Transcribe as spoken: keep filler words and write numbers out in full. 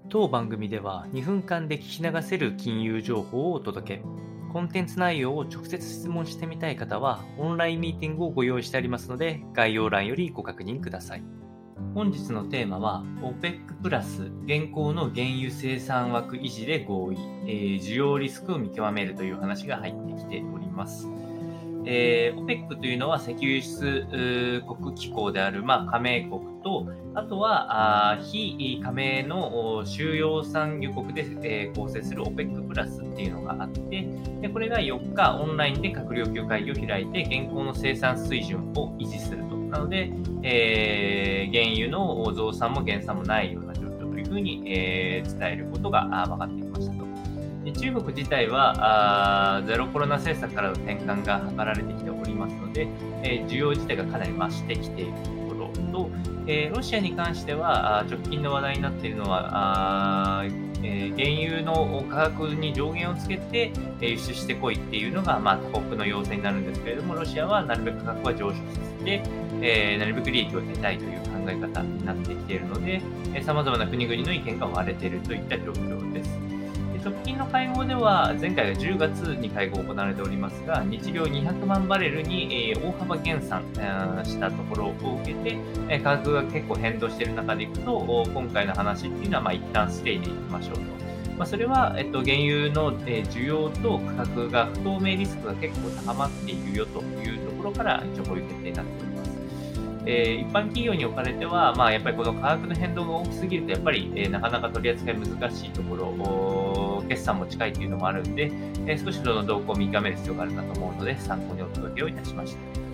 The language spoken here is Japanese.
当番組ではにふんかんで聞き流せる金融情報をお届け。コンテンツ内容を直接質問してみたい方はオンラインミーティングをご用意してありますので、概要欄よりご確認ください。本日のテーマは オペック プラス現行の原油生産枠維持で合意、えー、需要リスクを見極めるという話が入ってきております。えー、オペック というのは石油輸出国機構である、まあ、加盟国と、あとはあ非加盟の主要産油国で、えー、構成する オペック プラスっていうのがあって、でこれがよっかオンラインで閣僚級会議を開いて現行の生産水準を維持すると。なので、えー、原油の増産も減産もないような状況というふうに、えー、伝えることが分かってきましたと。で中国自体はあゼロコロナ政策からの転換が図られてきておりますので、えー、需要自体がかなり増してきているところと、えー、ロシアに関しては直近の話題になっているのはあ、えー、原油の価格に上限をつけて輸出してこいっていうのが、まあ、他国の要請になるんですけれども、ロシアはなるべく価格は上昇させて、えー、なるべく利益を得たいという考え方になってきているので、さまざまな国々の意見が割れているといった状況です。直近の会合では、前回がじゅうがつに会合が行われておりますが、日量にひゃくまんバレルに大幅減産したところを受けて、価格が結構変動している中でいくと、今回の話っていうのはまあ一旦ステイでいきましょうと。まあ、それは、えっと、原油の需要と価格が不透明リスクが結構高まっているよというところから一応こういう決定になっております。えー、一般企業におかれては、まあ、やっぱりこの価格の変動が大きすぎると、やっぱり、えー、なかなか取り扱い難しいところ、決算も近いというのもあるんで、えー、少しその動向を見極める必要があるかと思うので、参考にお届けをいたしました。